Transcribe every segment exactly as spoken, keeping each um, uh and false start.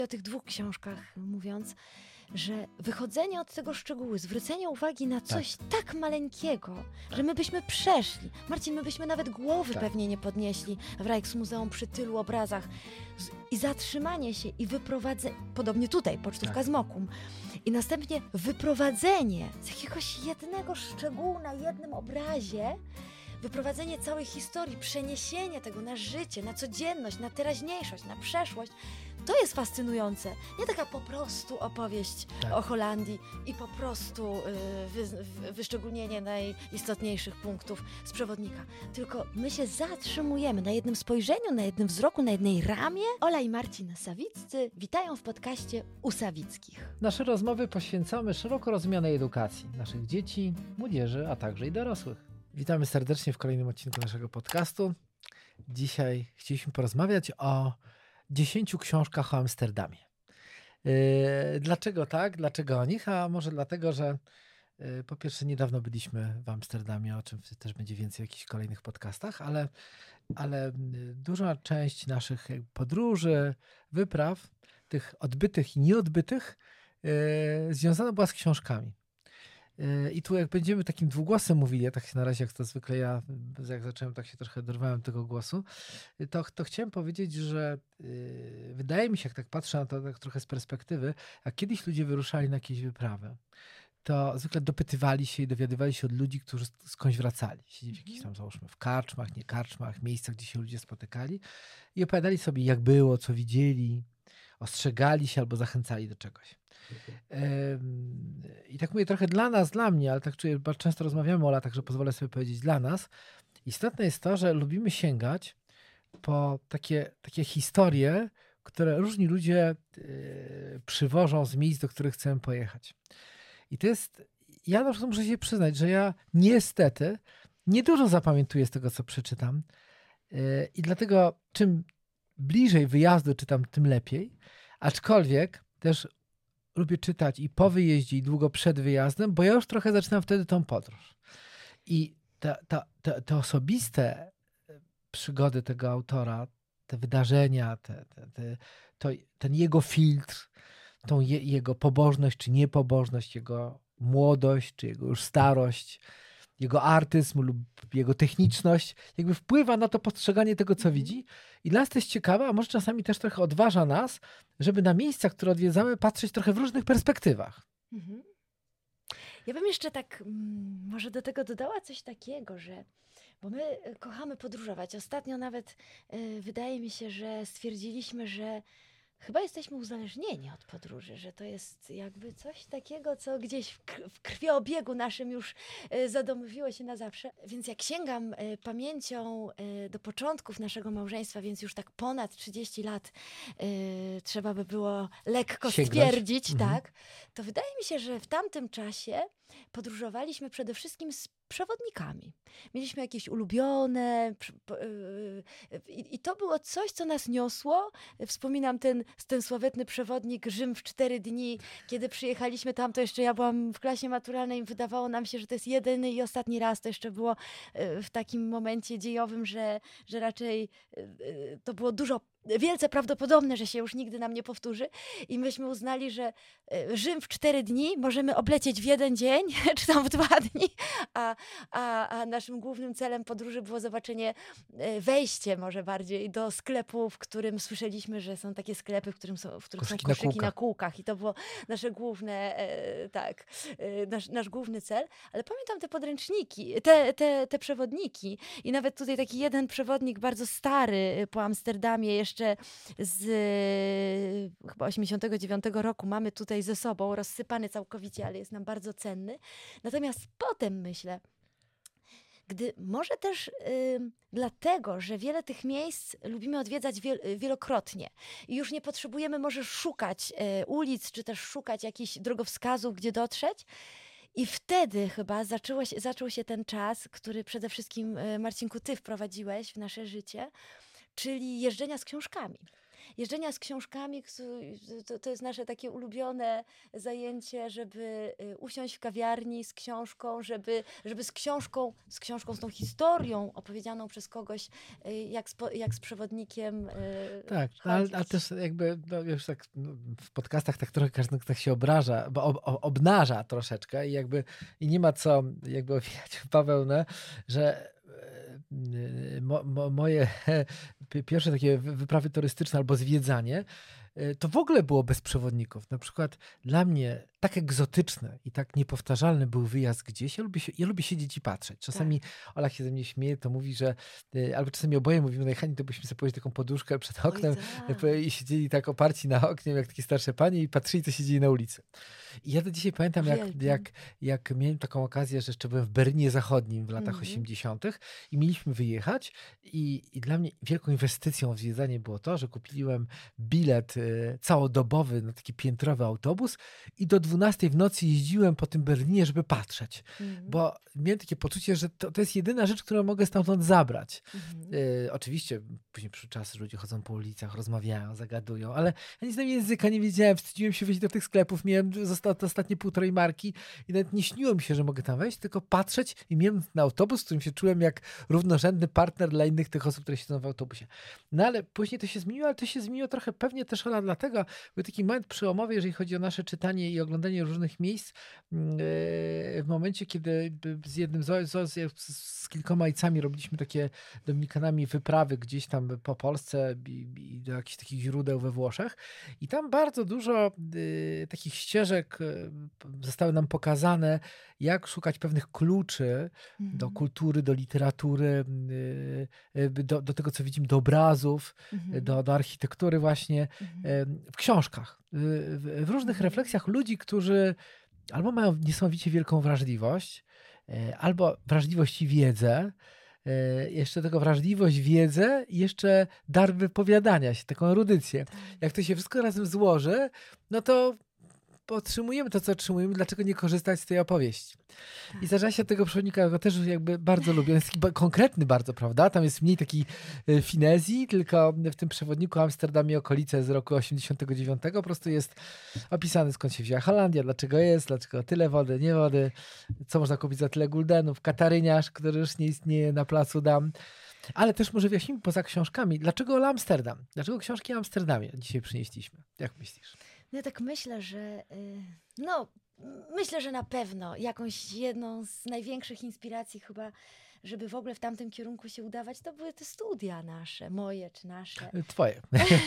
O tych dwóch książkach mówiąc, że wychodzenie od tego szczegółu, zwrócenie uwagi na coś tak, tak maleńkiego, tak. że my byśmy przeszli. Marcin, my byśmy nawet głowy tak. pewnie nie podnieśli w Rijksmuzeum przy tylu obrazach. I zatrzymanie się i wyprowadzenie, podobnie tutaj, pocztówka tak. z Mokum, i następnie wyprowadzenie z jakiegoś jednego szczegółu na jednym obrazie, wyprowadzenie całej historii, przeniesienie tego na życie, na codzienność, na teraźniejszość, na przeszłość, to jest fascynujące. Nie taka po prostu opowieść tak. o Holandii i po prostu y, wy, wy, wyszczególnienie najistotniejszych punktów z przewodnika. Tylko my się zatrzymujemy na jednym spojrzeniu, na jednym wzroku, na jednej ramie. Ola i Marcin Sawiccy witają w podcaście U Sawickich. Nasze rozmowy poświęcamy szeroko rozumianej edukacji naszych dzieci, młodzieży, a także i dorosłych. Witamy serdecznie w kolejnym odcinku naszego podcastu. Dzisiaj chcieliśmy porozmawiać o dziesięciu książkach o Amsterdamie. Yy, dlaczego tak? Dlaczego o nich? A może dlatego, że yy, po pierwsze niedawno byliśmy w Amsterdamie, o czym też będzie więcej w jakichś kolejnych podcastach, ale, ale duża część naszych podróży, wypraw, tych odbytych i nieodbytych, yy, związana była z książkami. I tu jak będziemy takim dwugłosem mówili, ja tak się na razie jak to zwykle ja, jak zacząłem, tak się trochę dorwałem tego głosu, to, to chciałem powiedzieć, że yy, wydaje mi się, jak tak patrzę na to tak trochę z perspektywy, jak kiedyś ludzie wyruszali na jakieś wyprawy, to zwykle dopytywali się i dowiadywali się od ludzi, którzy skądś wracali. Siedzieli w jakichś tam, załóżmy, w karczmach, nie karczmach, miejscach, gdzie się ludzie spotykali i opowiadali sobie, jak było, co widzieli, ostrzegali się albo zachęcali do czegoś. I tak mówię trochę dla nas, dla mnie, ale tak czuję, bardzo często rozmawiamy, Ola, także pozwolę sobie powiedzieć dla nas. Istotne jest to, że lubimy sięgać po takie, takie historie, które różni ludzie przywożą z miejsc, do których chcemy pojechać. I to jest, ja na przykład muszę się przyznać, że ja niestety niedużo zapamiętuję z tego, co przeczytam. I dlatego czym bliżej wyjazdu czytam, tym lepiej. Aczkolwiek też lubię czytać i po wyjeździe, i długo przed wyjazdem, bo ja już trochę zaczynam wtedy tą podróż. I ta, ta, ta, te osobiste przygody tego autora, te wydarzenia, te, te, te, to, ten jego filtr, tą je, jego pobożność czy niepobożność, jego młodość czy jego już starość, jego artyzm lub jego techniczność, jakby wpływa na to postrzeganie tego, co widzi. I dla nas to jest ciekawe, a może czasami też trochę odważa nas, żeby na miejscach, które odwiedzamy, patrzeć trochę w różnych perspektywach. Mhm. Ja bym jeszcze tak mm, może do tego dodała coś takiego, że bo my kochamy podróżować. Ostatnio nawet y, wydaje mi się, że stwierdziliśmy, że chyba jesteśmy uzależnieni od podróży, że to jest jakby coś takiego, co gdzieś w, kr- w krwiobiegu naszym już y, zadomowiło się na zawsze. Więc jak sięgam y, pamięcią y, do początków naszego małżeństwa, więc już tak ponad trzydzieści lat y, trzeba by było lekko Sięgnąć. stwierdzić, Mhm. tak, to wydaje mi się, że w tamtym czasie podróżowaliśmy przede wszystkim z przewodnikami. Mieliśmy jakieś ulubione i to było coś, co nas niosło. Wspominam ten, ten sławetny przewodnik Rzym w cztery dni. Kiedy przyjechaliśmy tam, to jeszcze ja byłam w klasie maturalnej i wydawało nam się, że to jest jedyny i ostatni raz. To jeszcze było w takim momencie dziejowym, że, że raczej to było dużo wielce prawdopodobne, że się już nigdy nam nie powtórzy i myśmy uznali, że Rzym w cztery dni możemy oblecieć w jeden dzień, czy tam w dwa dni, a, a, a naszym głównym celem podróży było zobaczenie, wejście może bardziej do sklepu, w którym słyszeliśmy, że są takie sklepy, w, którym są, w których Koszyki są koszyki na kółkach. na na kółkach i to było nasze główne, e, tak, e, nasz, nasz główny cel, ale pamiętam te podręczniki, te, te, te przewodniki i nawet tutaj taki jeden przewodnik bardzo stary po Amsterdamie, jeszcze z y, chyba osiemdziesiątego dziewiątego roku mamy tutaj ze sobą, rozsypany całkowicie, ale jest nam bardzo cenny. Natomiast potem myślę, gdy może też y, dlatego, że wiele tych miejsc lubimy odwiedzać wiel, wielokrotnie i już nie potrzebujemy może szukać y, ulic, czy też szukać jakichś drogowskazów, gdzie dotrzeć. I wtedy chyba zaczęło się, zaczął się ten czas, który przede wszystkim, y, Marcinku, ty wprowadziłeś w nasze życie, czyli jeżdżenia z książkami. jeżdżenia z książkami, to, to jest nasze takie ulubione zajęcie, żeby usiąść w kawiarni z książką, żeby, żeby z książką, z książką, z tą historią opowiedzianą przez kogoś, jak z, jak z przewodnikiem Tak, ale, ale też jakby no już tak no, w podcastach tak trochę każdy tak się obraża, bo ob, ob, obnaża troszeczkę i jakby i nie ma co jakby owijać bawełnę, że Mo, mo, moje pierwsze takie wyprawy turystyczne albo zwiedzanie to w ogóle było bez przewodników. Na przykład dla mnie tak egzotyczne i tak niepowtarzalny był wyjazd gdzieś. Ja lubię, się, ja lubię siedzieć i patrzeć. Czasami tak. Ola się ze mnie śmieje, to mówi, że albo czasami oboje mówimy najchętniej, to byśmy sobie położyli taką poduszkę przed oknem Oj, i siedzieli tak oparci na oknie, jak takie starsze panie i patrzyli, co się dzieje na ulicy. I ja do dzisiaj pamiętam, jak, jak, jak miałem taką okazję, że jeszcze byłem w Berlinie Zachodnim w latach mm-hmm. osiemdziesiątych i mieliśmy wyjechać i, i dla mnie wielką inwestycją w zwiedzanie było to, że kupiłem bilet całodobowy na taki piętrowy autobus i do dwunastej w nocy jeździłem po tym Berlinie, żeby patrzeć. Mm. Bo miałem takie poczucie, że to, to jest jedyna rzecz, którą mogę stamtąd zabrać. Mm. E, oczywiście później przyszły czasy, że ludzie chodzą po ulicach, rozmawiają, zagadują, ale ja nie znam języka, nie wiedziałem, wstydziłem się wyjść do tych sklepów, miałem ostatnie półtorej marki i nawet nie śniło mi się, że mogę tam wejść, tylko patrzeć i miałem na autobus, w którym się czułem jak równorzędny partner dla innych tych osób, które siedzą w autobusie. No ale później to się zmieniło, ale to się zmieniło trochę pewnie też Ola dlatego, był taki moment przełomowy, jeżeli chodzi o nasze czytanie i oglądanie różnych miejsc, w momencie, kiedy z jednym z, z, z kilkoma ojcami robiliśmy takie dominikanami wyprawy gdzieś tam po Polsce i, i do jakichś takich źródeł we Włoszech i tam bardzo dużo y, takich ścieżek y, zostały nam pokazane, jak szukać pewnych kluczy mhm. do kultury, do literatury, y, y, do, do tego, co widzimy, do obrazów, mhm. do, do architektury właśnie mhm. y, w książkach, y, w, w różnych mhm. refleksjach ludzi, którzy albo mają niesamowicie wielką wrażliwość, y, albo wrażliwość i wiedzę, jeszcze tego wrażliwość, wiedzę i jeszcze dar wypowiadania się, taką erudycję. Jak to się wszystko razem złoży, no to otrzymujemy to, co otrzymujemy, dlaczego nie korzystać z tej opowieści. I zdarza się tego przewodnika, go też jakby bardzo lubię. On jest taki konkretny bardzo, prawda? Tam jest mniej takiej finezji, tylko w tym przewodniku Amsterdamie okolice z roku osiemdziesiątego dziewiątego po prostu jest opisane, skąd się wzięła Holandia, dlaczego jest, dlaczego tyle wody, nie wody, co można kupić za tyle guldenów, kataryniarz, który już nie istnieje na placu Dam. Ale też może wyjaśnijmy poza książkami, dlaczego Amsterdam? Dlaczego książki o Amsterdamie dzisiaj przynieśliśmy? Jak myślisz? No ja tak myślę, że no myślę, że na pewno jakąś jedną z największych inspiracji chyba, żeby w ogóle w tamtym kierunku się udawać, to były te studia nasze, moje czy nasze. Twoje.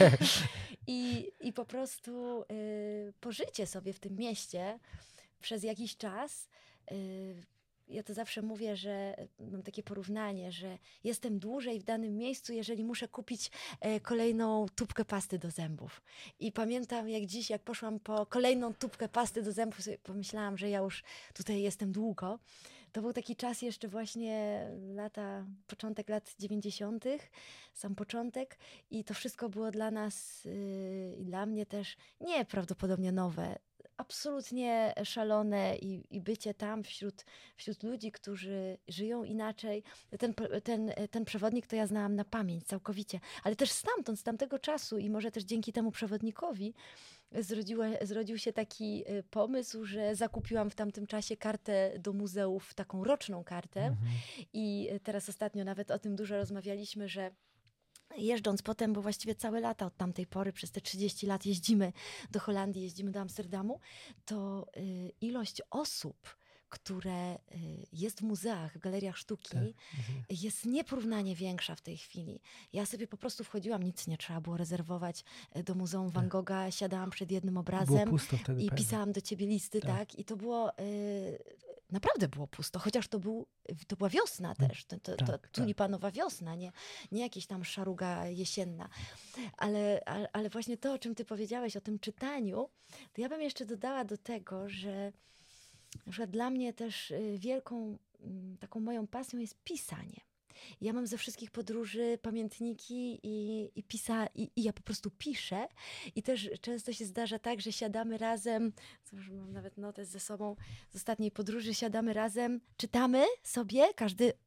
I, i po prostu y, pożycie sobie w tym mieście przez jakiś czas. Y, Ja to zawsze mówię, że mam takie porównanie, że jestem dłużej w danym miejscu, jeżeli muszę kupić e, kolejną tubkę pasty do zębów. I pamiętam jak dziś, jak poszłam po kolejną tubkę pasty do zębów, sobie pomyślałam, że ja już tutaj jestem długo. To był taki czas jeszcze właśnie lata, początek lat dziewięćdziesiątych, sam początek i to wszystko było dla nas yy, i dla mnie też nieprawdopodobnie nowe. Absolutnie szalone i, i bycie tam wśród, wśród ludzi, którzy żyją inaczej. Ten, ten, ten przewodnik to ja znałam na pamięć całkowicie, ale też stamtąd, z tamtego czasu i może też dzięki temu przewodnikowi zrodziła, zrodził się taki pomysł, że zakupiłam w tamtym czasie kartę do muzeów, taką roczną kartę mhm. i teraz ostatnio nawet o tym dużo rozmawialiśmy, że jeżdżąc potem, bo właściwie całe lata od tamtej pory, przez te trzydzieści lat jeździmy do Holandii, jeździmy do Amsterdamu, to y, ilość osób, które y, jest w muzeach, w galeriach sztuki, tak. mhm. jest nieporównanie większa w tej chwili. Ja sobie po prostu wchodziłam, nic nie trzeba było rezerwować do Muzeum Van Gogha, siadałam przed jednym obrazem i pewnie. pisałam do ciebie listy, tak, tak? I to było... Y, Naprawdę było pusto, chociaż to, był, to była wiosna też, to, to, tak, to tulipanowa tak. wiosna, nie, nie jakaś tam szaruga jesienna. Ale, ale, ale właśnie to, o czym ty powiedziałeś, o tym czytaniu, to ja bym jeszcze dodała do tego, że na przykład dla mnie też wielką taką moją pasją jest pisanie. Ja mam ze wszystkich podróży pamiętniki i, i, pisa, i, i ja po prostu piszę i też często się zdarza tak, że siadamy razem, co już mam nawet notes ze sobą z ostatniej podróży, siadamy razem, czytamy sobie, każdy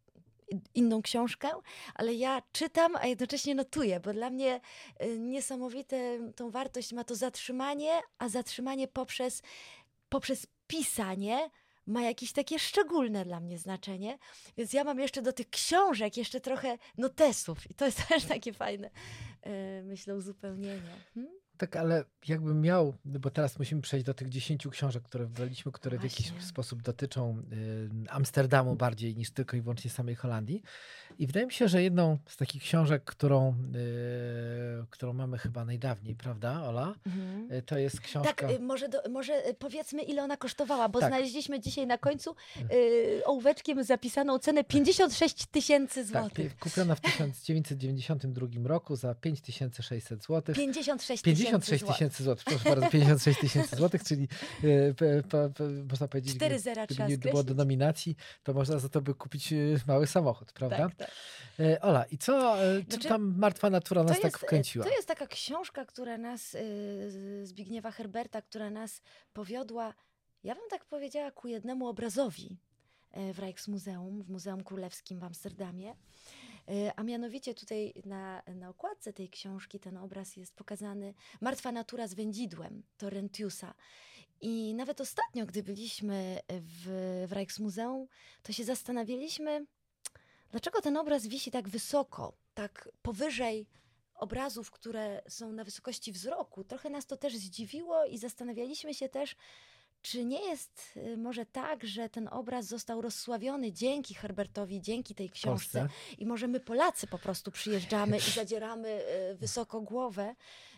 inną książkę, ale ja czytam, a jednocześnie notuję, bo dla mnie y, niesamowite tą wartość ma to zatrzymanie, a zatrzymanie poprzez, poprzez pisanie ma jakieś takie szczególne dla mnie znaczenie, więc ja mam jeszcze do tych książek jeszcze trochę notesów i to jest też takie fajne, y, myślę, uzupełnienie. Hmm? Tak, ale jakbym miał, bo teraz musimy przejść do tych dziesięciu książek, które wybraliśmy, które Właśnie. w jakiś sposób dotyczą y, Amsterdamu bardziej niż tylko i wyłącznie samej Holandii. I wydaje mi się, że jedną z takich książek, którą, y, którą mamy chyba najdawniej, prawda, Ola? Mhm. Y, to jest książka... Tak, y, może, do, może y, powiedzmy, ile ona kosztowała, bo Tak. znaleźliśmy dzisiaj na końcu y, ołóweczkiem zapisaną cenę pięćdziesiąt sześć tysięcy Tak, złotych. kupiona w tysiąc dziewięćset dziewięćdziesiątym drugim roku za pięć tysięcy sześćset złotych. pięćdziesiąt sześć pięćdziesiąt sześć tysięcy złotych, proszę bardzo, pięćdziesiąt sześć tysięcy złotych, czyli y, p, p, p, można powiedzieć, Cztery gdyby, zera gdyby trzeba nie było do skreślić. nominacji, to można za to by kupić y, mały samochód, prawda? Tak, tak. Y, Ola, i co, y, co Znaczy, tam Martwa Natura nas To tak jest, wkręciła? to jest taka książka, która nas, y, Zbigniewa Herberta, która nas powiodła, ja bym tak powiedziała, ku jednemu obrazowi y, w Rijksmuseum, w Muzeum Królewskim w Amsterdamie. Y, A mianowicie tutaj na, na okładce tej książki ten obraz jest pokazany Martwa natura z wędzidłem Torrentiusa. I nawet ostatnio, gdy byliśmy w, w Rijksmuseum, to się zastanawialiśmy, dlaczego ten obraz wisi tak wysoko, tak powyżej obrazów, które są na wysokości wzroku. Trochę nas to też zdziwiło i zastanawialiśmy się też, czy nie jest y, może tak, że ten obraz został rozsławiony dzięki Herbertowi, dzięki tej książce Polsce? i może my Polacy po prostu przyjeżdżamy i zadzieramy y, wysoko głowę.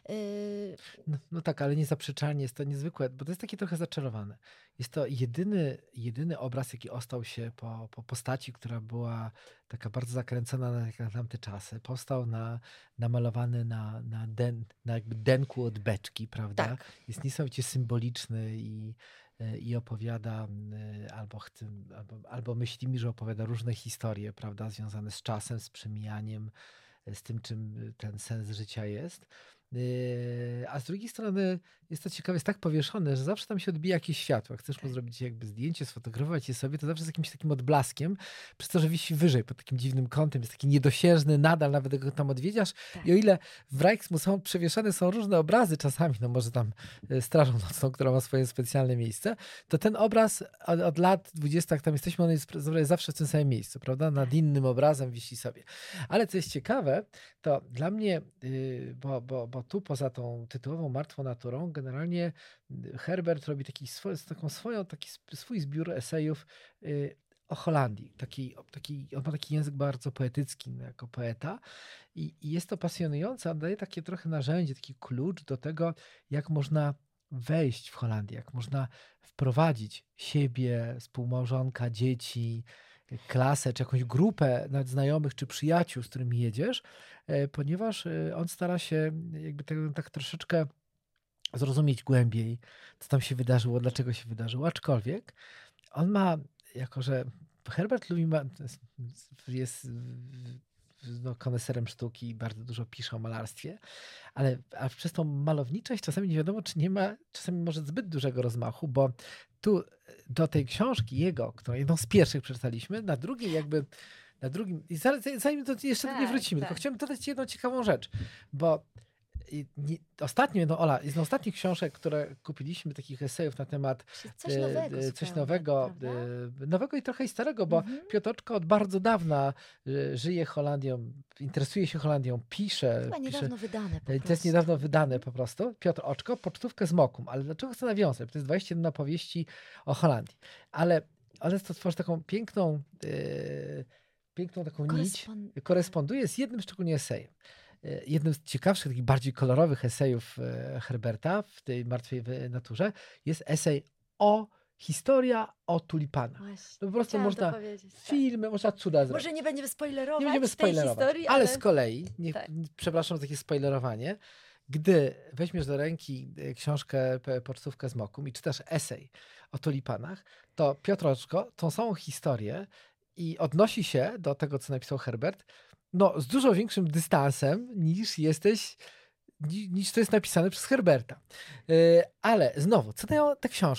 Y, No, no tak, ale niezaprzeczalnie jest to niezwykłe, bo to jest takie trochę zaczarowane. Jest to jedyny, jedyny obraz, jaki ostał się po, po postaci, która była taka bardzo zakręcona na, na tamte czasy. Powstał na, namalowany na, na, den, na jakby denku od beczki, prawda? Tak. Jest niesamowicie symboliczny i, i opowiada y, albo, chce, albo, albo myśli mi, że opowiada różne historie, prawda? Związane z czasem, z przemijaniem, z tym, czym ten sens życia jest. Yy, A z drugiej strony jest to ciekawe, jest tak powieszone, że zawsze tam się odbija jakieś światło. Jak chcesz mu Tak. zrobić jakby zdjęcie, sfotografować je sobie, to zawsze z jakimś takim odblaskiem, przez to, że wisi wyżej, pod takim dziwnym kątem, jest taki niedosiężny nadal, nawet jak go tam odwiedziasz. Tak. I o ile w Rijksmuseum przewieszane są różne obrazy czasami, no może tam y, Strażą Nocną, która ma swoje specjalne miejsce, to ten obraz od, od lat dwudziestu, jak tam jesteśmy, on jest zawsze w tym samym miejscu, prawda? Nad innym obrazem wisi sobie. Ale co jest ciekawe, to dla mnie, yy, bo, bo, bo tu poza tą tytułową Martwą naturą, generalnie Herbert robi taki swój, taką swoją, taki swój zbiór esejów yy, o Holandii. Taki, taki, on ma taki język bardzo poetycki no, jako poeta i, i jest to pasjonujące, on daje takie trochę narzędzie, taki klucz do tego, jak można wejść w Holandię, jak można wprowadzić siebie, współmałżonka, dzieci, klasę, czy jakąś grupę nawet znajomych, czy przyjaciół, z którymi jedziesz, e, ponieważ e, on stara się jakby tak, tak troszeczkę zrozumieć głębiej, co tam się wydarzyło, dlaczego się wydarzyło, aczkolwiek on ma, jako że Herbert lubi, ma, jest no, koneserem sztuki i bardzo dużo pisze o malarstwie, ale a przez tą malowniczość czasami nie wiadomo, czy nie ma czasami może zbyt dużego rozmachu, bo tu do tej książki jego, którą jedną z pierwszych przeczytaliśmy, na drugiej jakby, na drugim, i zaraz, zanim to jeszcze do niej Tak, wrócimy, tak. tylko chciałem dodać jedną ciekawą rzecz, bo i nie, ostatnio, no Ola, jest z ostatnich książek, które kupiliśmy, takich esejów na temat Coś e, nowego e, coś zupełnie, nowego, prawda? e, nowego i trochę i starego, bo Mhm. Piotr Oczko od bardzo dawna e, żyje Holandią, interesuje się Holandią, pisze. Chyba pisze niedawno wydane po e, to jest prostu. niedawno wydane po prostu. Piotr Oczko, Pocztówkę z Mokum. Ale dlaczego chcę nawiązać? Bo to jest dwadzieścia jedna opowieści o Holandii. Ale on to tworzy taką piękną, e, piękną taką nić, Korespon- koresponduje z jednym szczególnie esejem. E, Jednym z ciekawszych, takich bardziej kolorowych esejów e, Herberta w tej Martwej naturze jest esej o historia o tulipanach. Właśnie. No po prostu Chciałam można to powiedzieć. Tak. filmy, można cuda zrobić. Może nie będziemy spoilerować Nie będziemy tej spoilerować, historii, ale ale... z kolei, nie, Tak. przepraszam za takie spoilerowanie, gdy weźmiesz do ręki e, książkę P- Pocztówkę z Mokum i czytasz esej o tulipanach, to Piotr Oczko tą samą historię i odnosi się do tego, co napisał Herbert, no, z dużo większym dystansem niż jesteś, ni- niż to jest napisane przez Herberta. Yy, ale znowu, co dają te książki?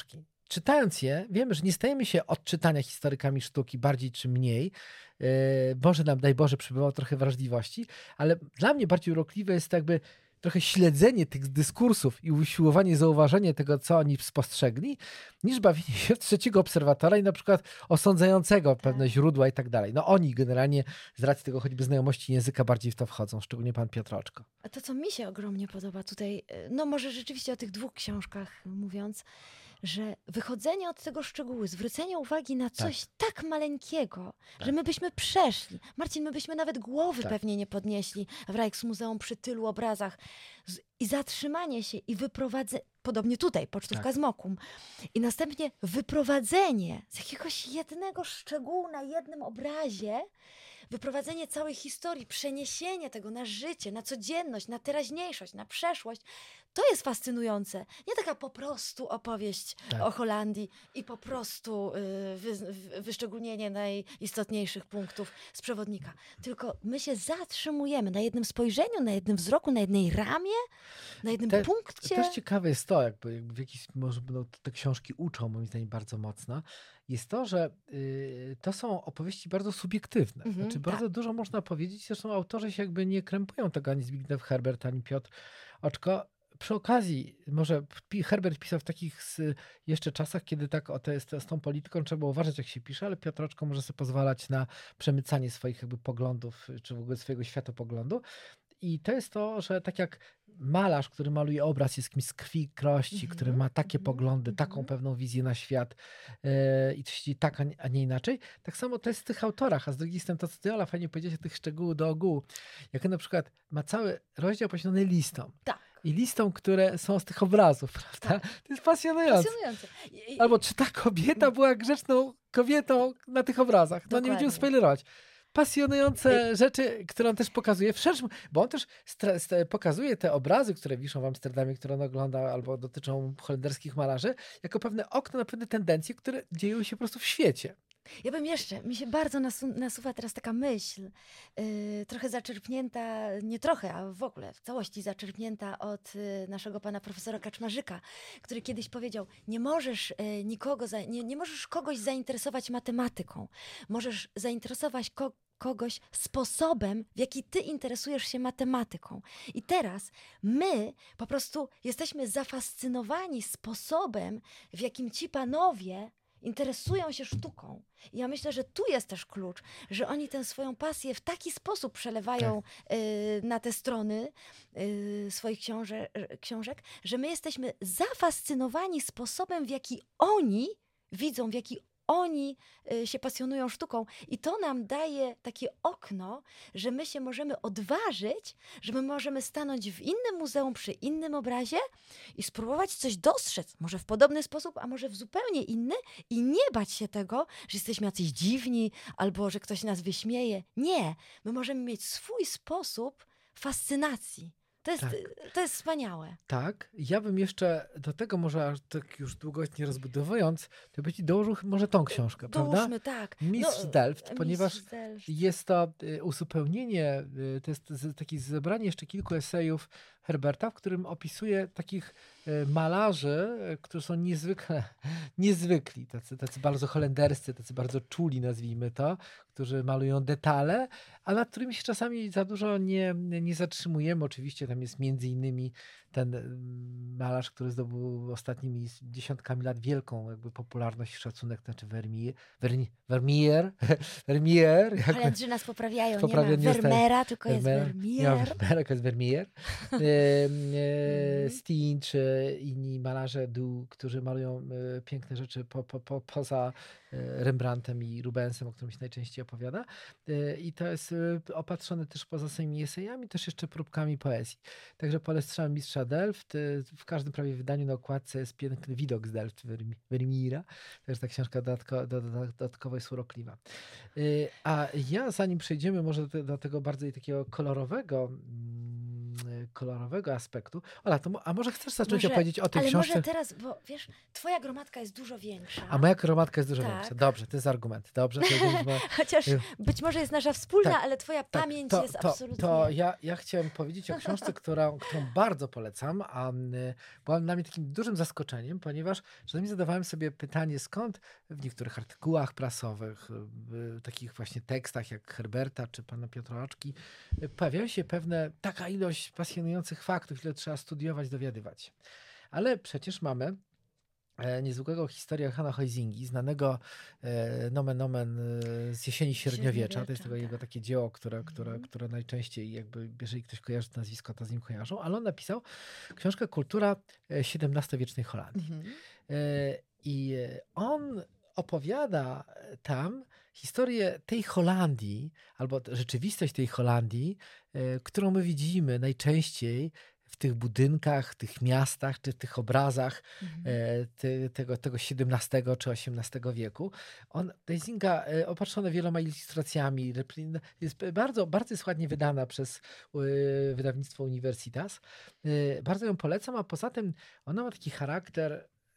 czytając je, wiemy, że nie stajemy się od czytania historykami sztuki bardziej czy mniej. Yy, Boże nam, daj Boże, przybywało trochę wrażliwości, ale dla mnie bardziej urokliwe jest jakby trochę śledzenie tych dyskursów i usiłowanie zauważenia tego, co oni spostrzegli, niż bawienie się w trzeciego obserwatora i na przykład osądzającego Tak. pewne źródła i tak dalej. No oni generalnie z racji tego choćby znajomości języka bardziej w to wchodzą, szczególnie pan Piotroczko. A to, co mi się ogromnie podoba tutaj, no może rzeczywiście o tych dwóch książkach mówiąc, że wychodzenie od tego szczegółu, zwrócenie uwagi na coś tak, tak maleńkiego, Tak. że my byśmy przeszli. Marcin, my byśmy nawet głowy Tak. pewnie nie podnieśli w Rijksmuzeum przy tylu obrazach. Z- I zatrzymanie się i wyprowadzenie, podobnie tutaj, pocztówka Tak. z Mokum. I następnie wyprowadzenie z jakiegoś jednego szczegółu na jednym obrazie, wyprowadzenie całej historii, przeniesienie tego na życie, na codzienność, na teraźniejszość, na przeszłość. To jest fascynujące. Nie taka po prostu opowieść Tak. o Holandii i po prostu y, wy, wy, wyszczególnienie najistotniejszych punktów z przewodnika. Tylko my się zatrzymujemy na jednym spojrzeniu, na jednym wzroku, na jednej ramie, na jednym Te- punkcie. Też ciekawe jest to, jakby, jakby w jakiś może no, te książki uczą, moim zdaniem bardzo mocno, jest to, że y, to są opowieści bardzo subiektywne. Mhm, Znaczy bardzo dużo można powiedzieć, zresztą autorzy się jakby nie krępują tego, ani Zbigniew Herbert, ani Piotr Oczko. Przy okazji, może Pi- Herbert pisał w takich z, jeszcze czasach, kiedy tak o te, z, z tą polityką trzeba było uważać, jak się pisze, ale Piotr Oczko może sobie pozwalać na przemycanie swoich jakby poglądów, czy w ogóle swojego światopoglądu. I to jest to, że tak jak malarz, który maluje obraz, jest kimś z krwi i kości, Mhm, który ma takie mhm, poglądy, taką mhm. pewną wizję na świat e, i coś tak, a nie, a nie inaczej. Tak samo to jest w tych autorach, a z drugiej strony to, co ty, Ola, fajnie powiedziałeś o tych szczegółów do ogółu. Jak na przykład ma cały rozdział poświęcony listom. Tak. I listom, które są z tych obrazów, prawda? To jest pasjonujące. Fascynujące. I- i- Albo czy ta kobieta była grzeczną kobietą na tych obrazach? No nie będziemy Dokładnie. spoilerować. Pasjonujące rzeczy, które on też pokazuje w szerszym, bo on też stra- st- pokazuje te obrazy, które wiszą w Amsterdamie, które on ogląda albo dotyczą holenderskich malarzy, jako pewne okno na pewne tendencje, które dzieją się po prostu w świecie. Ja bym jeszcze, mi się bardzo nasu- nasuwa teraz taka myśl, yy, trochę zaczerpnięta, nie trochę, a w ogóle w całości zaczerpnięta od yy, naszego pana profesora Kaczmarzyka, który kiedyś powiedział, nie możesz yy, nikogo, za- nie, nie możesz kogoś zainteresować matematyką, możesz zainteresować ko- kogoś sposobem, w jaki ty interesujesz się matematyką. I teraz my po prostu jesteśmy zafascynowani sposobem, w jakim ci panowie interesują się sztuką. I ja myślę, że tu jest też klucz, że oni tę swoją pasję w taki sposób przelewają y, na te strony y, swoich książe, książek, że my jesteśmy zafascynowani sposobem, w jaki oni widzą, w jaki oni y, się pasjonują sztuką. I to nam daje takie okno, że my się możemy odważyć, że my możemy stanąć w innym muzeum przy innym obrazie i spróbować coś dostrzec. Może w podobny sposób, a może w zupełnie inny i nie bać się tego, że jesteśmy jacyś dziwni albo że ktoś nas wyśmieje. Nie. My możemy mieć swój sposób fascynacji. To jest, Tak. to jest wspaniałe. Tak, ja bym jeszcze do tego może aż tak już długo nie rozbudowując, to by ci dołożył może tą książkę, prawda? Dołóżmy, tak. Mistrz z No, Delft, Mistrz ponieważ z Delft. jest to y, uzupełnienie, y, to jest z- takie zebranie jeszcze kilku esejów Herberta, w którym opisuje takich y, malarzy, y, którzy są niezwykle niezwykli, tacy, tacy bardzo holenderscy, tacy bardzo czuli, nazwijmy to, którzy malują detale, a nad którymi się czasami za dużo nie, nie zatrzymujemy. Oczywiście tam jest między innymi ten mm, malarz, który zdobył ostatnimi dziesiątkami lat wielką jakby popularność i szacunek, to znaczy Vermeer, Verni, Vermeer, Vermeer, jak Holendrzy nas poprawiają, Poprawia nie ma nie jest Vermeera, tylko jest Vermeer, nie ma Vermeer. Vermeera, tylko jest Vermeer. E, e, Mhm. Steen czy inni malarze Du, którzy malują e, piękne rzeczy po, po, po, poza e, Rembrandtem i Rubensem, o którym się najczęściej opowiada. E, I to jest e, opatrzone też poza samymi esejami, też jeszcze próbkami poezji. Także Polestrzałem Mistrza Delft. e, W każdym prawie wydaniu na okładce jest piękny widok z Delft Vermi- Vermeera. Także ta książka dodatko, do- do- dodatkowo jest urokliwa. Y, A ja zanim przejdziemy może do, do tego bardziej takiego kolorowego, mm, kolor, kolorowego aspektu. Ola, to, mo- a może chcesz zacząć Może- opowiedzieć o tej Ale książce? może teraz, bo wiesz, twoja gromadka jest dużo większa. A moja gromadka jest dużo Tak. większa. Dobrze, to jest argument. Dobrze, to jest... Chociaż Y, być może jest nasza wspólna, tak, ale twoja Tak, pamięć to, jest to, absolutnie... To ja, ja chciałem powiedzieć o książce, która, którą bardzo polecam, a y, była dla mnie takim dużym zaskoczeniem, ponieważ czasami zadawałem sobie pytanie, skąd w niektórych artykułach prasowych, w takich właśnie tekstach jak Herberta czy pana Piotrołaczki, y, pojawiają się pewne, taka ilość pasjonujących faktów, ile trzeba studiować, dowiadywać się. Ale przecież mamy e, niezwykłego historia Hanna Huizingi, znanego e, nomen omen e, z Jesieni Średniowiecza. To jest Średniowiecza, tego jego tak. takie dzieło, które, które, Mhm. które najczęściej jakby, jeżeli ktoś kojarzy to nazwisko, to z nim kojarzą. Ale on napisał książkę Kultura e, siedemnastowiecznej Holandii. Mhm. E, I e, on opowiada tam historię tej Holandii, albo t- rzeczywistość tej Holandii, e, którą my widzimy najczęściej w tych budynkach, tych miastach, czy w tych obrazach Mhm. e, te, tego, tego siedemnastego czy osiemnastego wieku. On, Huizinga, e, opatrzona wieloma ilustracjami, repli- jest bardzo, bardzo jest ładnie wydana przez e, wydawnictwo Universitas. E, bardzo ją polecam, a poza tym ona ma taki charakter,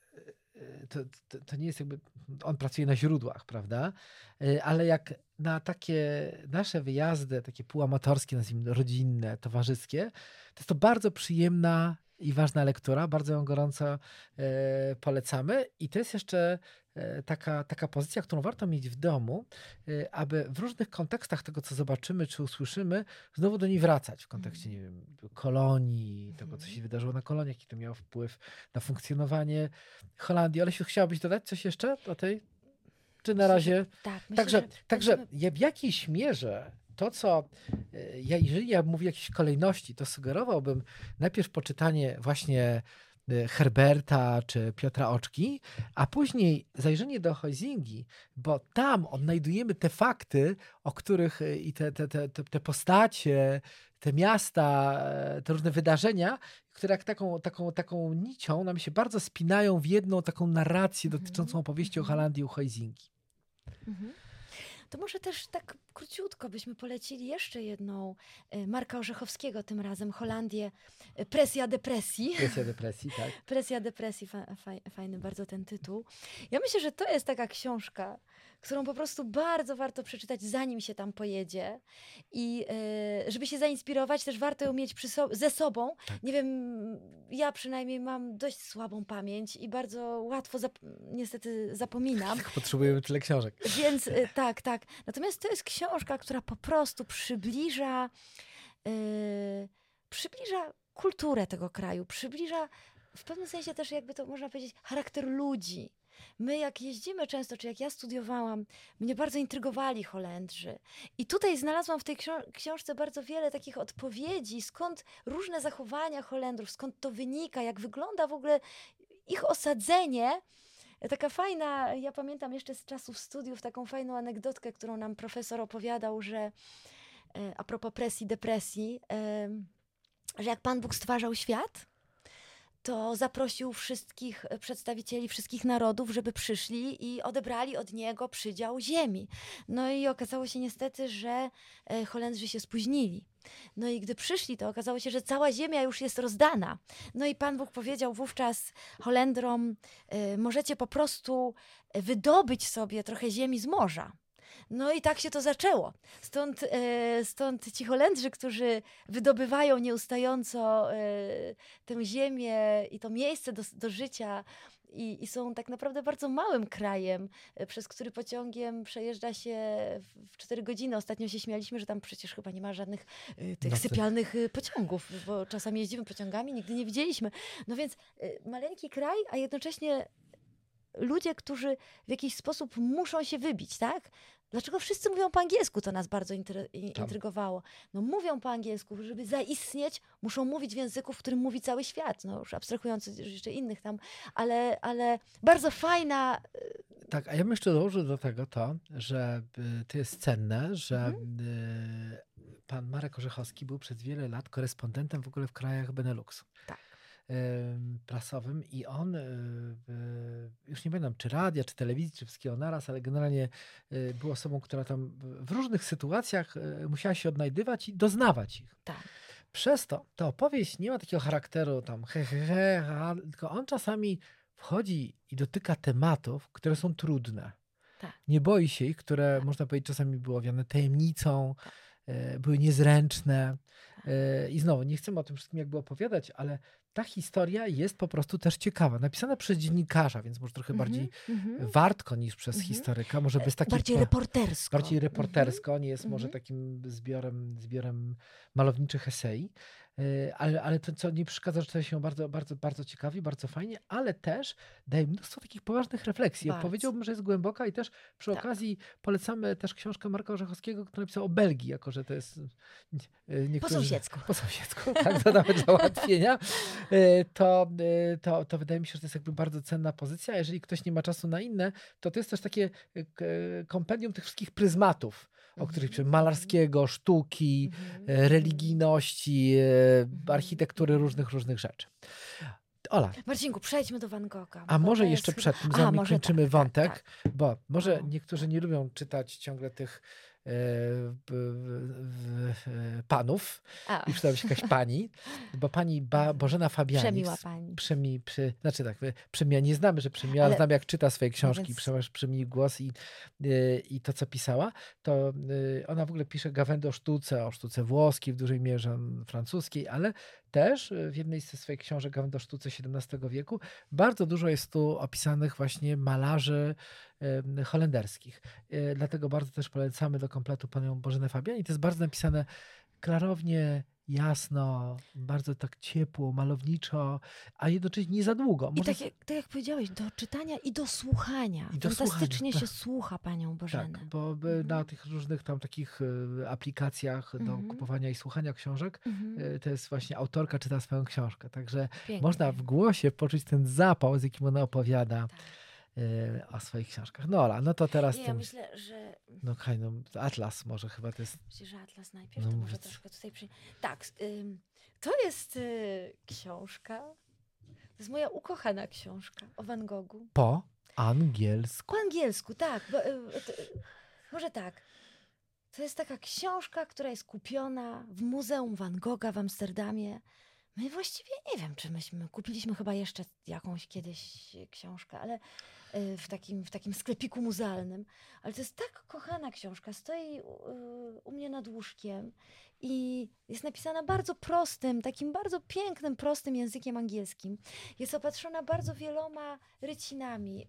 e, to, to, to nie jest jakby, on pracuje na źródłach, prawda? E, Ale jak na takie nasze wyjazdy, takie półamatorskie, nazwijmy rodzinne, towarzyskie, to jest to bardzo przyjemna i ważna lektura, bardzo ją gorąco e, polecamy. I to jest jeszcze e, taka, taka pozycja, którą warto mieć w domu, e, aby w różnych kontekstach tego, co zobaczymy czy usłyszymy, znowu do niej wracać. W kontekście, nie wiem, kolonii, tego, co się wydarzyło na koloniach, jaki to miało wpływ na funkcjonowanie Holandii. Olesiu, chciałabyś dodać coś jeszcze do tej? Czy na Myślę, że razie? Tak, myślę, Także, że także będziemy- ja w jakiejś mierze to, co e, ja, jeżeli ja mówię o jakiejś kolejności, to sugerowałbym najpierw poczytanie właśnie e, Herberta czy Piotra Oczki, a później zajrzenie do Huizingi, bo tam odnajdujemy te fakty, o których e, i te, te, te, te te postacie, te miasta, e, te różne wydarzenia, które jak taką, taką, taką nicią nam się bardzo spinają w jedną taką narrację Mhm, dotyczącą opowieści o mhm. Holandii u Huizingi. Mhm. To może też tak króciutko byśmy polecili jeszcze jedną e, Marka Orzechowskiego, tym razem Holandię, e, Presja depresji. Presja depresji, tak? Presja depresji, fa, faj, fajny bardzo ten tytuł. Ja myślę, że to jest taka książka, którą po prostu bardzo warto przeczytać, zanim się tam pojedzie. I e, żeby się zainspirować, też warto ją mieć przy so ze sobą. Tak. Nie wiem, ja przynajmniej mam dość słabą pamięć i bardzo łatwo zap niestety zapominam. Tak, potrzebujemy tyle książek. Więc y, tak, tak. Natomiast to jest książka, która po prostu przybliża, y, przybliża kulturę tego kraju, przybliża w pewnym sensie też, jakby to można powiedzieć, charakter ludzi. My jak jeździmy często, czy jak ja studiowałam, mnie bardzo intrygowali Holendrzy. I tutaj znalazłam w tej książ- książce bardzo wiele takich odpowiedzi, skąd różne zachowania Holendrów, skąd to wynika, jak wygląda w ogóle ich osadzenie. Taka fajna, ja pamiętam jeszcze z czasów studiów, taką fajną anegdotkę, którą nam profesor opowiadał, że e, a propos presji, depresji, e, że jak Pan Bóg stwarzał świat, to zaprosił wszystkich przedstawicieli wszystkich narodów, żeby przyszli i odebrali od niego przydział ziemi. No i okazało się niestety, że e, Holendrzy się spóźnili. No i gdy przyszli, to okazało się, że cała ziemia już jest rozdana. No i Pan Bóg powiedział wówczas Holendrom, y, możecie po prostu wydobyć sobie trochę ziemi z morza. No i tak się to zaczęło. Stąd, e, stąd ci Holendrzy, którzy wydobywają nieustająco e, tę ziemię i to miejsce do, do życia i, i są tak naprawdę bardzo małym krajem, e, przez który pociągiem przejeżdża się w, w cztery godziny. Ostatnio się śmialiśmy, że tam przecież chyba nie ma żadnych e, tych No, sypialnych e, pociągów, bo czasami jeździmy pociągami, nigdy nie widzieliśmy. No więc e, maleńki kraj, a jednocześnie ludzie, którzy w jakiś sposób muszą się wybić, tak? Dlaczego wszyscy mówią po angielsku? To nas bardzo intry- intrygowało. No mówią po angielsku, żeby zaistnieć, muszą mówić w języku, w którym mówi cały świat. No już abstrahując od jeszcze innych tam, ale, ale bardzo fajna. Tak, a ja bym jeszcze dołożył do tego to, że y, to jest cenne, że Mhm. y, pan Marek Orzechowski był przez wiele lat korespondentem w ogóle w krajach Beneluxu. Tak. y, prasowym i on, y, y, już nie pamiętam, czy radia, czy telewizji, czy wszystkiego naraz, ale generalnie y, był osobą, która tam w różnych sytuacjach y, musiała się odnajdywać i doznawać ich. Tak. Przez to ta opowieść nie ma takiego charakteru tam he, he, he, ha, tylko on czasami wchodzi i dotyka tematów, które są trudne. Tak. Nie boi się ich, które Tak. można powiedzieć czasami były owiane tajemnicą, Tak. e, były niezręczne. E, I znowu, nie chcemy o tym wszystkim jakby opowiadać, ale ta historia jest po prostu też ciekawa. Napisana przez dziennikarza, więc może trochę Mhm, bardziej mhm. wartko niż przez Mhm. historyka. Może bez takiej Bardziej po- reportersko. bardziej reportersko, nie jest Mhm. może takim zbiorem, zbiorem malowniczych esei, Yy, ale, ale to co nie przeszkadza, że to się bardzo, bardzo, bardzo ciekawi, bardzo fajnie, ale też daje mnóstwo takich poważnych refleksji. Ja Bardzo. powiedziałbym, że jest głęboka i też przy Tak. okazji polecamy też książkę Marka Orzechowskiego, który napisał o Belgii, jako że to jest yy, Po niektórzy... sąsiedzku. Po sąsiedzku, tak, to nawet dla ułatwienia. Yy, to, yy, to, to wydaje mi się, że to jest jakby bardzo cenna pozycja. A jeżeli ktoś nie ma czasu na inne, to to jest też takie yy, k- kompendium tych wszystkich pryzmatów, o których piszę, malarskiego, sztuki, Mhm. e, religijności, e, architektury, różnych, różnych rzeczy. Ola, Marcinku, przejdźmy do Van Gogha. a bo może to jeszcze jest przed chyba- tym, A, zanim może kończymy tak, wątek, Tak, tak. bo może O. niektórzy nie lubią czytać ciągle tych e, b- w- w- e, panów A, i przydałaby się jakaś pani, bo pani ba, Bożena Fabianik, przemiła pani. Przemi, przy, znaczy tak, Przemia nie znamy, że Przemiła, ale Ale- znamy jak czyta swoje książki, więc- więc... Przemi głos i, y, i to, co pisała, to y, ona w ogóle pisze gawędy o sztuce, o sztuce włoskiej w dużej mierze, m, francuskiej, ale też y, w jednej ze swoich książek gawędy o sztuce siedemnastego wieku bardzo dużo jest tu opisanych właśnie malarzy y, holenderskich. Y, dlatego bardzo też polecamy do kompletu panią Bożenę Fabiani. To jest bardzo napisane klarownie, jasno, bardzo tak ciepło, malowniczo, a jednocześnie nie za długo. I Może tak jak, tak jak powiedziałeś, do czytania i do słuchania. I do Fantastycznie słuchania, się słucha panią Bożenę. tak, bo by Mhm. na tych różnych tam takich y, aplikacjach do Mhm. kupowania i słuchania książek, Mhm. y, to jest właśnie autorka czyta swoją książkę. Także Pięknie. można w głosie poczuć ten zapał, z jakim ona opowiada Tak. y, o swoich książkach. No Ola, no to teraz Nie, ja tym, myślę, że no hej, no Atlas może chyba to jest, Myślę, że Atlas najpierw, No to mówię może ci. troszkę tutaj przy... Tak, ym, to jest y, książka, to jest moja ukochana książka o Van Goghu. po angielsku. Po angielsku, tak. Bo, y, y, y, może tak. To jest taka książka, która jest kupiona w Muzeum Van Gogha w Amsterdamie. My właściwie nie wiem, czy myśmy kupiliśmy chyba jeszcze jakąś kiedyś książkę, ale y, w takim, w takim sklepiku muzealnym. Ale to jest tak kochana książka. Stoi u, u mnie nad łóżkiem i jest napisana bardzo prostym, takim bardzo pięknym, prostym językiem angielskim. Jest opatrzona bardzo wieloma rycinami,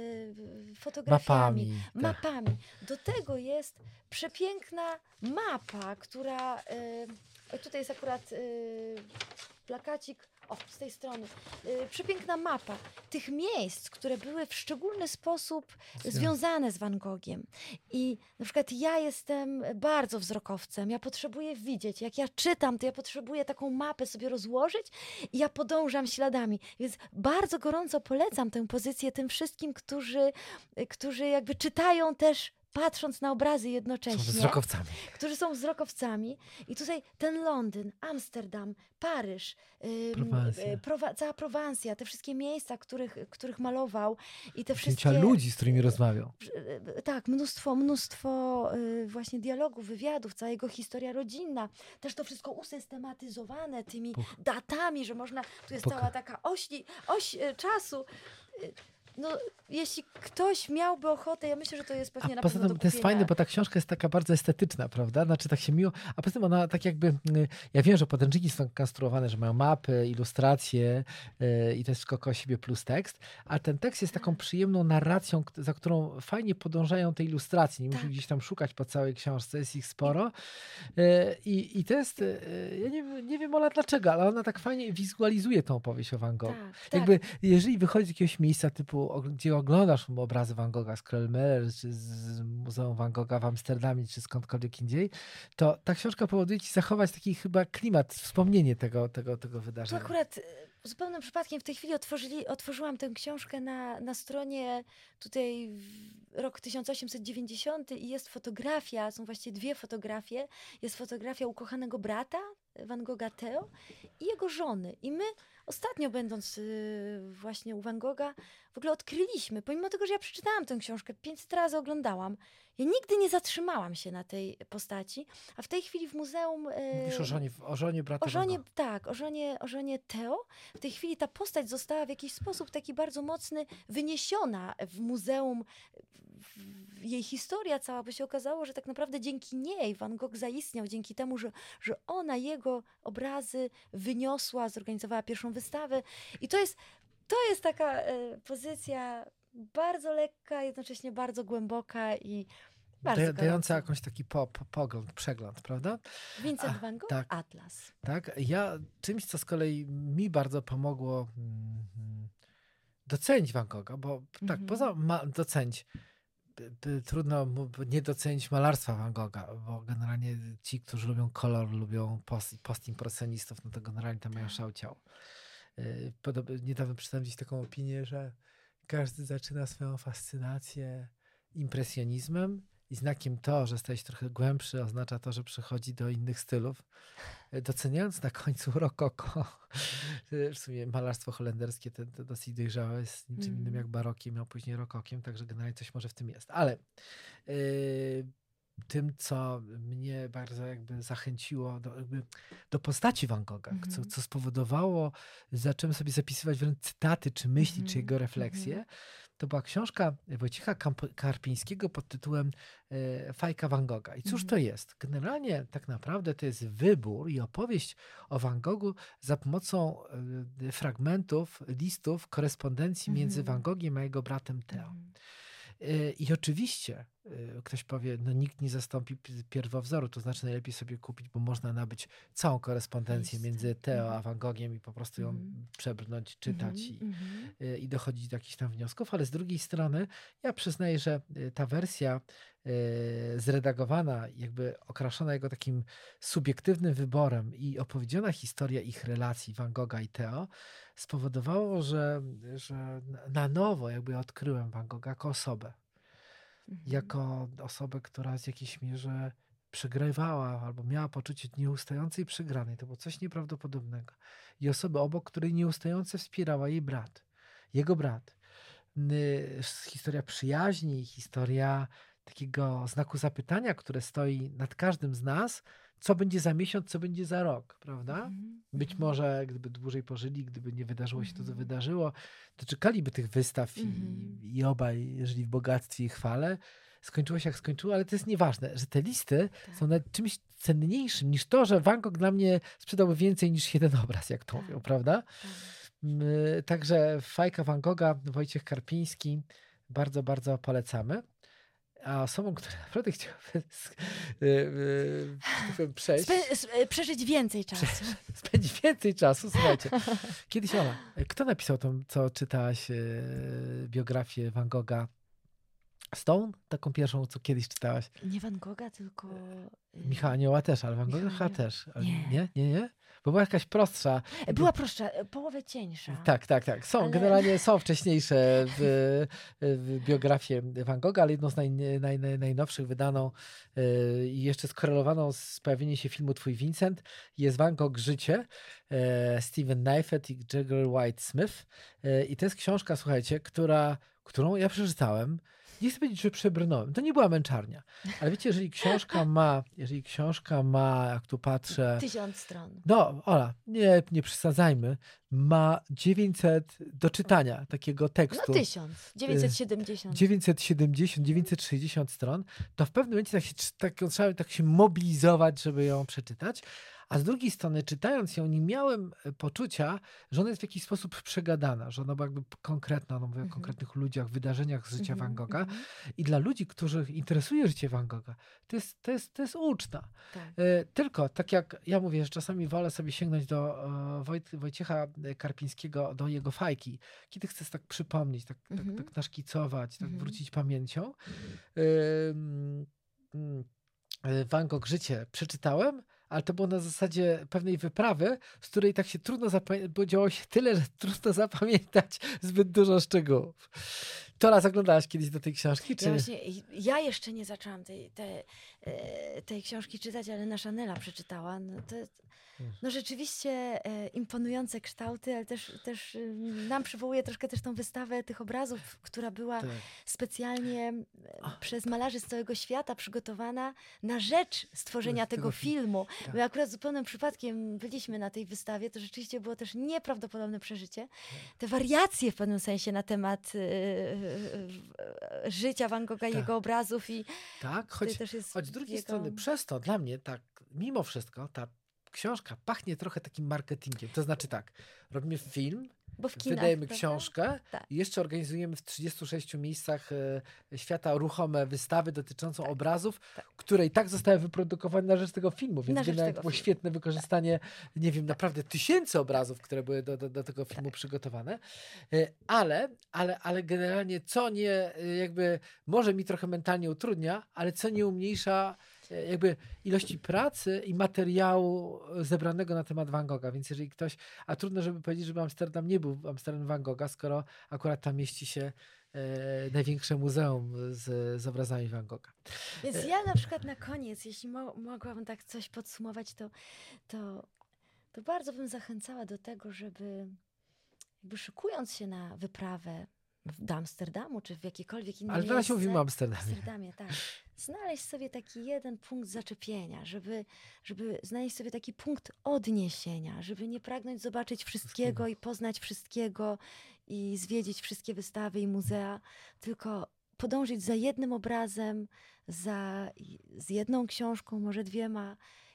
y, fotografiami, Mapami. tak. mapami. Do tego jest przepiękna mapa, która... Y, tutaj jest akurat y, plakacik, o, z tej strony. Y, przepiękna mapa tych miejsc, które były w szczególny sposób Zwią- związane z Van Gogiem. I na przykład ja jestem bardzo wzrokowcem, ja potrzebuję widzieć. Jak ja czytam, to ja potrzebuję taką mapę sobie rozłożyć i ja podążam śladami. Więc bardzo gorąco polecam tę pozycję tym wszystkim, którzy, którzy jakby czytają też patrząc na obrazy Są jednocześnie, wzrokowcami. którzy są wzrokowcami. I tutaj ten Londyn, Amsterdam, Paryż, ym, Prowansja. y, Prowa- cała Prowansja, te wszystkie miejsca, których, których malował i te Zdjęcia wszystkie... ludzi, z którymi rozmawiał. y, Tak, mnóstwo, mnóstwo y, właśnie dialogów, wywiadów, cała jego historia rodzinna. Też to wszystko usystematyzowane tymi Puch. datami, że można... Tu jest Puch. cała taka oś, oś y, czasu. Y, No, jeśli ktoś miałby ochotę, ja myślę, że to jest pewnie A na poza pewno tym do to jest kupienia. fajne, bo ta książka jest taka bardzo estetyczna, prawda? Znaczy tak się miło, a poza tym ona tak jakby, y, ja wiem, że podręczniki są konstruowane, że mają mapy, ilustracje y, i to jest wszystko koło siebie plus tekst, a ten tekst jest taką przyjemną narracją, k- za którą fajnie podążają te ilustracje. Nie muszę Tak. gdzieś tam szukać po całej książce, jest ich sporo. Y, I, i to jest, y, ja nie, nie wiem Ola dlaczego, ale ona tak fajnie wizualizuje tą opowieść o Van Gogh. Tak, tak. Jakby, jeżeli wychodzi z jakiegoś miejsca typu, o- gdzie oglądasz obrazy Van Gogha z Kröller, czy z Muzeum Van Gogha w Amsterdamie, czy skądkolwiek indziej, to ta książka powoduje ci zachować taki chyba klimat, wspomnienie tego, tego, tego Tu wydarzenia. akurat y, zupełnym przypadkiem w tej chwili otworzyli, otworzyłam tę książkę na, na stronie tutaj w rok tysiąc osiemset dziewięćdziesiąty i jest fotografia, są właściwie dwie fotografie. Jest fotografia ukochanego brata Van Gogha Theo i jego żony. I my ostatnio będąc y, właśnie u Van Gogha, w ogóle odkryliśmy, pomimo tego, że ja przeczytałam tę książkę, pięćset razy oglądałam, ja nigdy nie zatrzymałam się na tej postaci, a w tej chwili w muzeum... y, Mówisz o żonie, o żonie brata O żonie, Van Gogha. tak, o żonie, o żonie Theo. W tej chwili ta postać została w jakiś sposób taki bardzo mocny wyniesiona w muzeum. W- w- Jej historia cała, bo się okazało, że tak naprawdę dzięki niej Van Gogh zaistniał, dzięki temu, że, że ona jego obrazy wyniosła, zorganizowała pierwszą wystawę. I to jest, to jest taka e, pozycja bardzo lekka, jednocześnie bardzo głęboka i bardzo Da, dająca gorąca. jakąś taki po, po, pogląd, przegląd, prawda? Vincent A, van Gogh, tak. Atlas. Tak, ja czymś, co z kolei mi bardzo pomogło mm, docenić Van Gogha, bo tak, Mhm. poza ma, docenić, by, by, trudno mu nie docenić malarstwa Van Gogha, bo generalnie ci, którzy lubią kolor, lubią post, postimpresjonistów, no to generalnie tam mają Tak. szał ciał. Yy, podob- Niedawno przeczytałem gdzieś taką opinię, że każdy zaczyna swoją fascynację impresjonizmem i znakiem to, że staje się trochę głębszy, oznacza to, że przechodzi do innych stylów. Yy, Doceniając na końcu rokoko, w sumie malarstwo holenderskie to, to dosyć dojrzałe, jest niczym innym Mm. jak barokiem, a później rokokiem, także generalnie coś może w tym jest. Ale yy, tym, co mnie bardzo jakby zachęciło do, jakby do postaci Van Gogha, Mhm. co, co spowodowało, zacząłem sobie zapisywać wręcz cytaty, czy myśli, czy Mhm, jego refleksje, mhm. to była książka Wojciecha Kamp- Karpińskiego pod tytułem e, Fajka Van Gogha. I cóż Mhm. to jest? Generalnie tak naprawdę to jest wybór i opowieść o Van Goghu za pomocą e, fragmentów, listów, korespondencji między Mhm. Van Gogiem a jego bratem Theo. Mhm. Y, I oczywiście y, ktoś powie, no nikt nie zastąpi p- pierwowzoru, to znaczy najlepiej sobie kupić, bo można nabyć całą korespondencję Listy. między Theo Mhm. a Van Gogiem i po prostu ją Mhm. przebrnąć, czytać Mhm, i, mhm. y, i dochodzić do jakichś tam wniosków, ale z drugiej strony ja przyznaję, że y, ta wersja y, zredagowana, jakby okraszona jego takim subiektywnym wyborem i opowiedziana historia ich relacji Van Gogha i Theo spowodowało, że, że na nowo jakby odkryłem Van Gogha jako osobę. Mhm. Jako osobę, która w jakiejś mierze przegrywała albo miała poczucie nieustającej przegranej. To było coś nieprawdopodobnego. I osobę obok, której nieustająco wspierała jej brat. Jego brat. Ny- Historia przyjaźni, historia takiego znaku zapytania, które stoi nad każdym z nas, co będzie za miesiąc, co będzie za rok, prawda? Mhm, Być mhm. może gdyby dłużej pożyli, gdyby nie wydarzyło się to, co Mhm. wydarzyło, to czekaliby tych wystaw i, Mhm. i obaj żyli w bogactwie i chwale. Skończyło się jak skończyło, ale to jest nieważne, że te listy Tak. są nawet czymś cenniejszym niż to, że Van Gogh dla mnie sprzedałby więcej niż jeden obraz, jak to Tak. mówią, prawda? Tak. Mm, Także Fajka Van Gogha, Wojciech Karpiński, bardzo, bardzo polecamy. A osobą, która naprawdę chciałaby sk- y, y, że tak powiem, przejść, Spę- s- e, przeżyć więcej czasu. spędzić więcej czasu, słuchajcie. Kiedyś Ola, kto napisał tą, co czytałaś, y, biografię Van Gogha? Stone? Taką pierwszą, co kiedyś czytałaś. Nie Van Gogha, tylko... y, Michała Anioła też, ale Van Michała Gogha chyba Anioła. też. Ale Nie. nie, nie, nie? Bo była jakaś prostsza. e, Była prostsza, e, połowę cieńsza. Tak, tak, tak. Są, Ale- generalnie są wcześniejsze w, w biografie Van Gogha, ale jedną z naj, naj, naj, najnowszych wydaną y, i jeszcze skorelowaną z pojawieniem się filmu Twój Vincent jest Van Gogh Życie, e, Steven Knight i Jagger White Smith. E, I to jest książka, słuchajcie, która, którą ja przeczytałem. Nie chcę powiedzieć, że przebrnąłem. To nie była męczarnia. Ale wiecie, jeżeli książka ma, jeżeli książka ma, jak tu patrzę, Tysiąc stron. no, Ola, nie, nie przesadzajmy. Ma dziewięćset do czytania takiego No tekstu. tysiąc. dziewięćset siedemdziesiąt. dziewięćset siedemdziesiąt, dziewięćset sześćdziesiąt stron. To w pewnym momencie tak się, tak, trzeba tak się mobilizować, żeby ją przeczytać. A z drugiej strony, czytając ją, nie miałem e, poczucia, że ona jest w jakiś sposób przegadana, że ona była jakby konkretna, ona mówi o Mhm. konkretnych ludziach, wydarzeniach z życia Mhm, Van Gogha. mhm. I dla ludzi, których interesuje życie Van Gogha, to jest, to jest, to jest uczta. Tak. E, Tylko, tak jak ja mówię, że czasami wolę sobie sięgnąć do e, Wojt, Wojciecha Karpińskiego, do jego fajki, kiedy chcę tak przypomnieć, tak, Mhm. tak, tak naszkicować, tak Mhm. wrócić pamięcią. E, mm, mm, e, Van Gogh Życie przeczytałem, ale to było na zasadzie pewnej wyprawy, z której tak się trudno zapamiętać, bo działo się tyle, że trudno zapamiętać zbyt dużo szczegółów. Tola, zaglądałaś kiedyś do tej książki? Czy... Ja właśnie, ja jeszcze nie zaczęłam tej, tej, e, tej książki czytać, ale nasza Nela przeczytała. No to, no rzeczywiście e, imponujące kształty, ale też, też y, nam przywołuje troszkę też tą wystawę tych obrazów, która była Tak. specjalnie e, przez malarzy z całego świata przygotowana na rzecz stworzenia Z tego tego filmu. filmu. Tak. My akurat zupełnym przypadkiem byliśmy na tej wystawie, to rzeczywiście było też nieprawdopodobne przeżycie. Te wariacje w pewnym sensie na temat y, y, y, życia Van Gogha i Tak. jego obrazów i Tak, tutaj choć, też jest choć z drugiej jego... strony przez to dla mnie tak, mimo wszystko, ta książka pachnie trochę takim marketingiem. To znaczy tak, robimy film, Bo w kinach, wydajemy prawda? książkę Tak. i jeszcze organizujemy w trzydziestu sześciu miejscach e, świata ruchome wystawy dotyczącą Tak, obrazów, tak. które i tak zostały wyprodukowane na rzecz tego filmu, więc Na rzecz generalnie tego to było filmu. świetne wykorzystanie, nie wiem, naprawdę tysięcy obrazów, które były do, do, do tego filmu przygotowane. E, Ale, ale, ale generalnie co nie, e, jakby może mi trochę mentalnie utrudnia, ale co nie umniejsza e, jakby ilości pracy i materiału zebranego na temat Van Gogha. Więc jeżeli ktoś, a trudno, żeby powiedzieć, żeby Amsterdam nie był Amsterdam Van Gogha, skoro akurat tam mieści się e, największe muzeum z, z obrazami Van Gogha. Więc ja na przykład na koniec, jeśli mo- mogłabym tak coś podsumować, to, to, to bardzo bym zachęcała do tego, żeby jakby szykując się na wyprawę do Amsterdamu, czy w jakiekolwiek inne Ale miejsce. teraz mówimy o W Amsterdamie. Amsterdamie, tak. Znaleźć sobie taki jeden punkt zaczepienia, żeby, żeby znaleźć sobie taki punkt odniesienia, żeby nie pragnąć zobaczyć wszystkiego i poznać wszystkiego i zwiedzić wszystkie wystawy i muzea, tylko podążyć za jednym obrazem, za, z jedną książką, może dwiema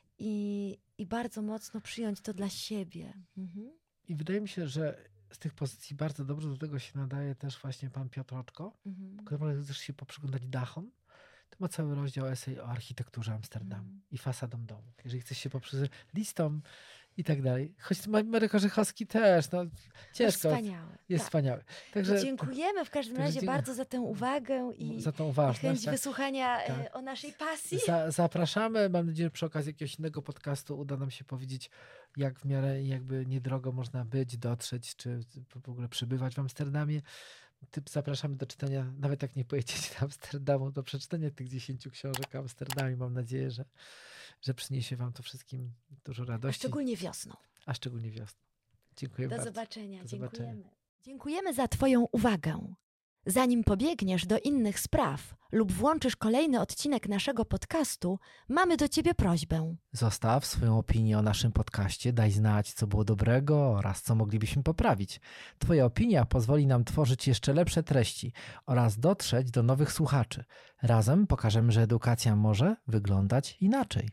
i, i bardzo mocno przyjąć to dla siebie. Mhm. I wydaje mi się, że z tych pozycji bardzo dobrze do tego się nadaje też właśnie pan Piotr Oczko, Mhm. który może też się poprzyglądać dachom. To ma cały rozdział esej o architekturze Amsterdamu Mhm. i fasadom domu. Jeżeli chcesz się poprzyglądać listom i tak dalej. Choć Marek Orzechowski też, no ciężko. Wspaniałe. Jest tak. wspaniały. To Także dziękujemy w każdym także razie dzie- bardzo za tę uwagę i, za tą i uważność. chęć tak. wysłuchania e, Tak. o naszej pasji. Za, zapraszamy. Mam nadzieję, że przy okazji jakiegoś innego podcastu uda nam się powiedzieć, jak w miarę jakby niedrogo można być, dotrzeć, czy w ogóle przybywać w Amsterdamie. Typ zapraszamy do czytania, nawet jak nie pojedziecie do Amsterdamu, do przeczytania tych dziesięciu książek o Amsterdamie. Mam nadzieję, że, że przyniesie wam to wszystkim dużo A radości, szczególnie wiosną. a szczególnie wiosną. Dziękuję Do bardzo. zobaczenia. Do Dziękujemy. zobaczenia. Dziękujemy za Twoją uwagę. Zanim pobiegniesz do innych spraw lub włączysz kolejny odcinek naszego podcastu, mamy do Ciebie prośbę. Zostaw swoją opinię o naszym podcaście, daj znać, co było dobrego oraz co moglibyśmy poprawić. Twoja opinia pozwoli nam tworzyć jeszcze lepsze treści oraz dotrzeć do nowych słuchaczy. Razem pokażemy, że edukacja może wyglądać inaczej.